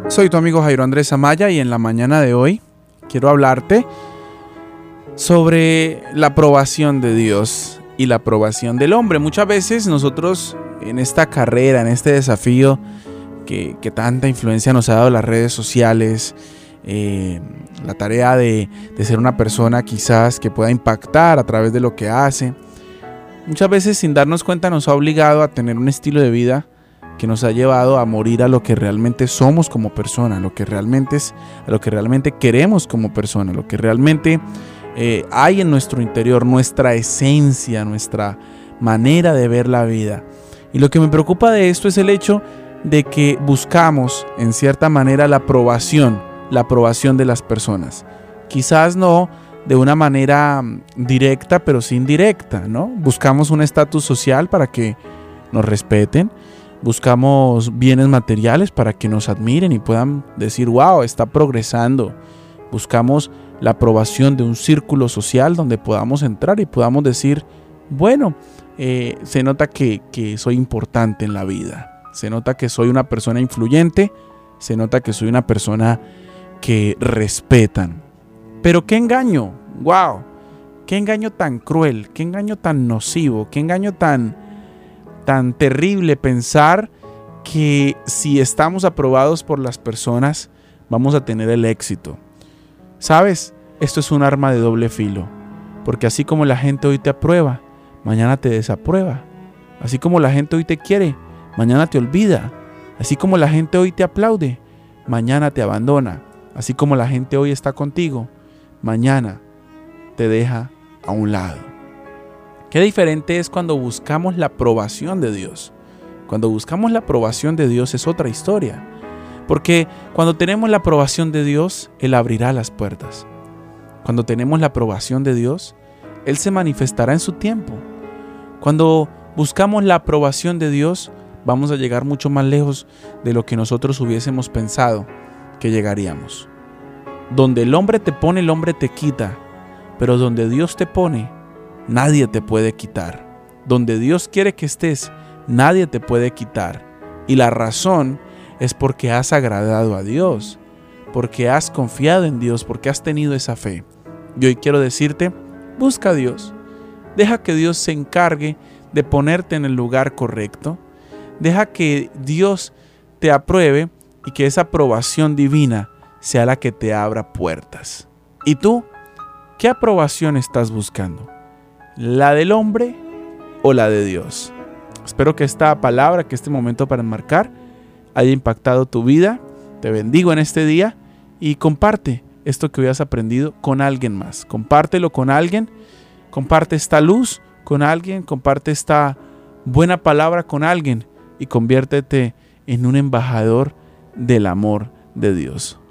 Soy tu amigo Jairo Andrés Amaya y en la mañana de hoy quiero hablarte sobre la aprobación de Dios y la aprobación del hombre. Muchas veces nosotros en esta carrera, en este desafío que tanta influencia nos ha dado las redes sociales, la tarea de ser una persona quizás que pueda impactar a través de lo que hace, muchas veces sin darnos cuenta nos ha obligado a tener un estilo de vida que nos ha llevado a morir a lo que realmente somos como persona, a lo que realmente queremos como persona, lo que realmente hay en nuestro interior, nuestra esencia, nuestra manera de ver la vida. Y lo que me preocupa de esto es el hecho de que buscamos en cierta manera la aprobación de las personas. Quizás no de una manera directa, pero sí indirecta, ¿no? Buscamos un estatus social para que nos respeten. Buscamos bienes materiales para que nos admiren y puedan decir, wow, está progresando. Buscamos la aprobación de un círculo social donde podamos entrar y podamos decir, bueno, se nota que soy importante en la vida. Se nota que soy una persona influyente. Se nota que soy una persona que respetan. Pero qué engaño, wow, qué engaño tan cruel, qué engaño tan nocivo, qué engaño tan terrible pensar que si estamos aprobados por las personas vamos a tener el éxito. ¿Sabes? Esto es un arma de doble filo, porque así como la gente hoy te aprueba, mañana te desaprueba. Así como la gente hoy te quiere, mañana te olvida. Así como la gente hoy te aplaude, mañana te abandona. Así como la gente hoy está contigo, mañana te deja a un lado. Qué diferente es cuando buscamos la aprobación de Dios. Cuando buscamos la aprobación de Dios es otra historia. Porque cuando tenemos la aprobación de Dios, Él abrirá las puertas. Cuando tenemos la aprobación de Dios, Él se manifestará en su tiempo. Cuando buscamos la aprobación de Dios, vamos a llegar mucho más lejos de lo que nosotros hubiésemos pensado que llegaríamos. Donde el hombre te pone, el hombre te quita. Pero donde Dios te pone, nadie te puede quitar. Donde Dios quiere que estés, nadie te puede quitar. Y la razón es porque has agradado a Dios, porque has confiado en Dios, porque has tenido esa fe. Y hoy quiero decirte, busca a Dios. Deja que Dios se encargue de ponerte en el lugar correcto. Deja que Dios te apruebe y que esa aprobación divina sea la que te abra puertas. ¿Y tú? ¿Qué aprobación estás buscando? ¿La del hombre o la de Dios? Espero que esta palabra, que este momento para enmarcar haya impactado tu vida. Te bendigo en este día y comparte esto que hoy has aprendido con alguien más. Compártelo con alguien. Comparte esta luz con alguien. Comparte esta buena palabra con alguien y conviértete en un embajador del amor de Dios.